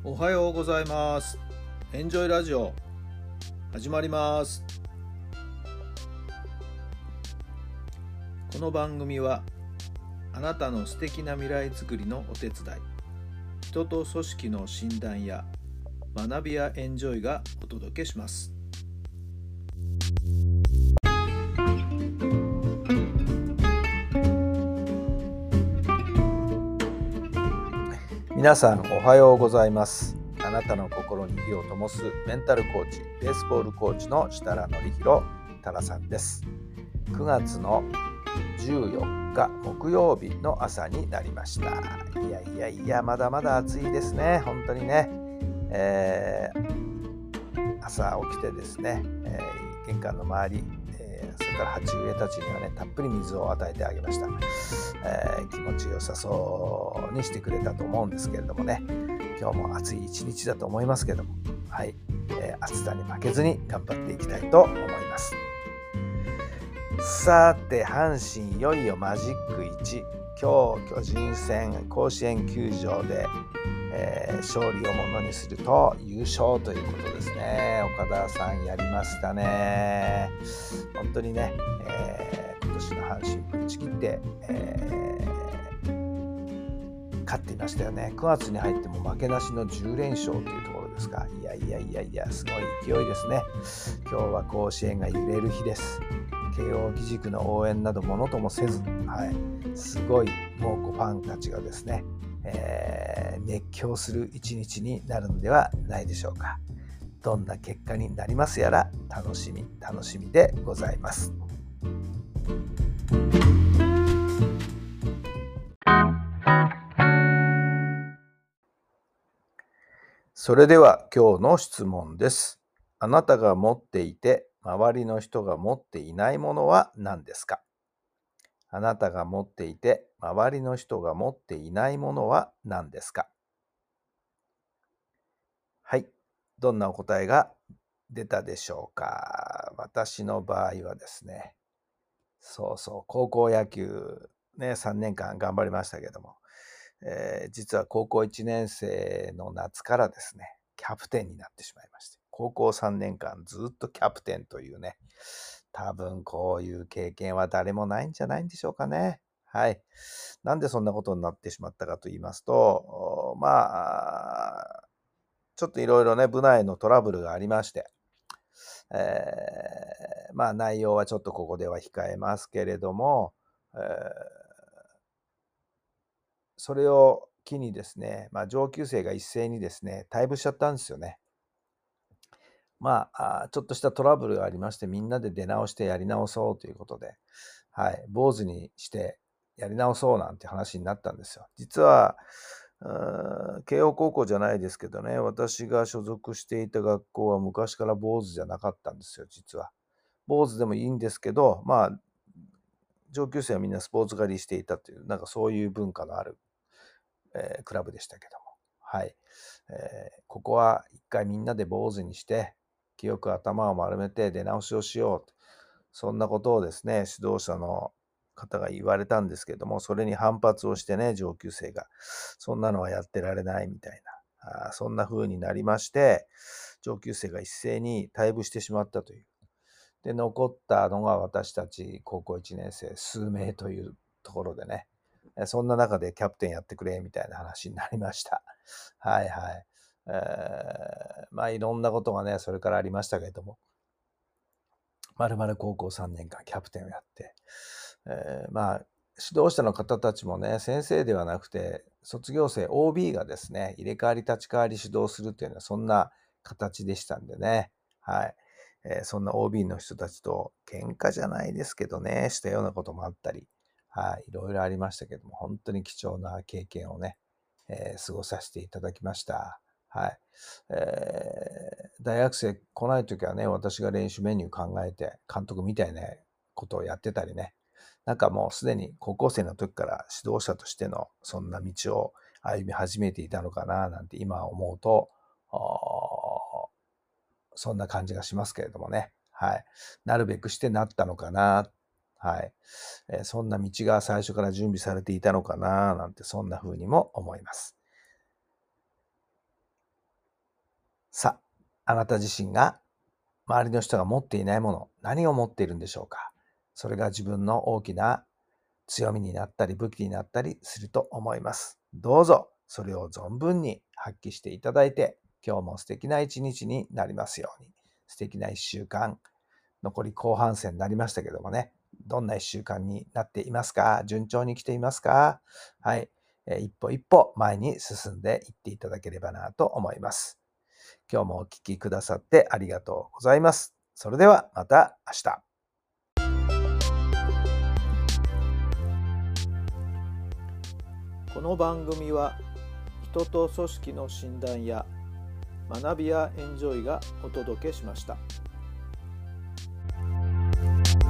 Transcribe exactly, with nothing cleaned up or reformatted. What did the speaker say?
おはようございます。エンジョイラジオ始まります。この番組はあなたの素敵な未来づくりのお手伝い、人と組織の診断や学びやエンジョイがお届けします。皆さんおはようございます。あなたの心に火を灯すメンタルコーチ、ベースボールコーチの設楽範弘太良さんです。くがつのじゅうよっか木曜日の朝になりました。いやいやいやまだまだ暑いですね。本当にね、えー、朝起きてですね、えー、玄関の周り、えー、それから鉢植えたちにはねたっぷり水を与えてあげました。えー、気持ちよさそうにしてくれたと思うんですけれどもね、今日も暑い一日だと思いますけども、はい、えー、暑さに負けずに頑張っていきたいと思います。さて、阪神いよいよマジックいち、今日巨人戦甲子園球場で、えー、勝利をものにすると優勝ということですね。岡田さんやりましたね。本当にね、えー、今年の阪神ぶっち切って、えー、勝っていましたよね。くがつに入っても負けなしのじゅうれんしょうというところですか。いやいやいやいや、すごい勢いですね。今日は甲子園が揺れる日です。慶応義塾の応援などものともせず、はい、すごい猛虎ファンたちがですね、えー、熱狂する一日になるのではないでしょうか。どんな結果になりますやら楽しみ楽しみでございます。それでは今日の質問です。あなたが持っていて周りの人が持っていないものは何ですか？あなたが持っていて周りの人が持っていないものは何ですか？はい、どんなお答えが出たでしょうか。私の場合はですね、そうそう、高校野球ね、さんねんかん頑張りましたけども、えー、実は高校いちねん生の夏からですね、キャプテンになってしまいまして、高校さんねんかんずっとキャプテンというね、多分こういう経験は誰もないんじゃないんでしょうかね。はい。なんでそんなことになってしまったかと言いますと、まあ、ちょっといろいろね、部内のトラブルがありまして、えー、まあ内容はちょっとここでは控えますけれども、えー、それを機にですね、まあ上級生が一斉にですね、退部しちゃったんですよね。まあ、あちょっとしたトラブルがありまして、みんなで出直してやり直そうということで、はい、坊主にしてやり直そうなんて話になったんですよ。実は、慶応高校じゃないですけどね、私が所属していた学校は昔から坊主じゃなかったんですよ、実は。坊主でもいいんですけど、まあ、上級生はみんなスポーツ狩りしていたという、なんかそういう文化のある、えー、クラブでしたけども。はい。えー、ここは一回みんなで坊主にして、清く頭を丸めて出直しをしよう。そんなことをですね、指導者の方が言われたんですけども、それに反発をしてね、上級生が、そんなのはやってられないみたいな、あそんな風になりまして、上級生が一斉に退部してしまったという。で、残ったのが私たち高校いちねん生数名というところでね、そんな中でキャプテンやってくれみたいな話になりました。はいはい。えー、まあいろんなことがね、それからありましたけれども、まるまる高校さんねんかんキャプテンをやって、えー、まあ指導者の方たちもね、先生ではなくて卒業生 オービー がですね、入れ替わり立ち替わり指導するというのはそんな形でしたんでね、はい、えー、そんな オービー の人たちと喧嘩じゃないですけどね、したようなこともあったり、はい、いろいろありましたけども、本当に貴重な経験をね、えー、過ごさせていただきました。はい。えー、大学生来ないときはね、私が練習メニュー考えて、監督みたいなことをやってたりね、なんかもうすでに高校生の時から指導者としてのそんな道を歩み始めていたのかな、なんて今思うと、そんな感じがしますけれどもね。はい。なるべくしてなったのかな。はい。えー、そんな道が最初から準備されていたのかな、なんてそんな風にも思います。 さあ、あなた自身が周りの人が持っていないもの、何を持っているんでしょうか。それが自分の大きな強みになったり武器になったりすると思います。どうぞそれを存分に発揮していただいて、今日も素敵な一日になりますように。素敵な一週間、残り後半戦になりましたけどもね、どんな一週間になっていますか？順調に来ていますか？はい、えー一歩一歩前に進んでいっていただければなと思います。今日もお聞きくださってありがとうございます。それではまた明日。この番組は人と組織の診断や学びやエンジョイがお届けしました。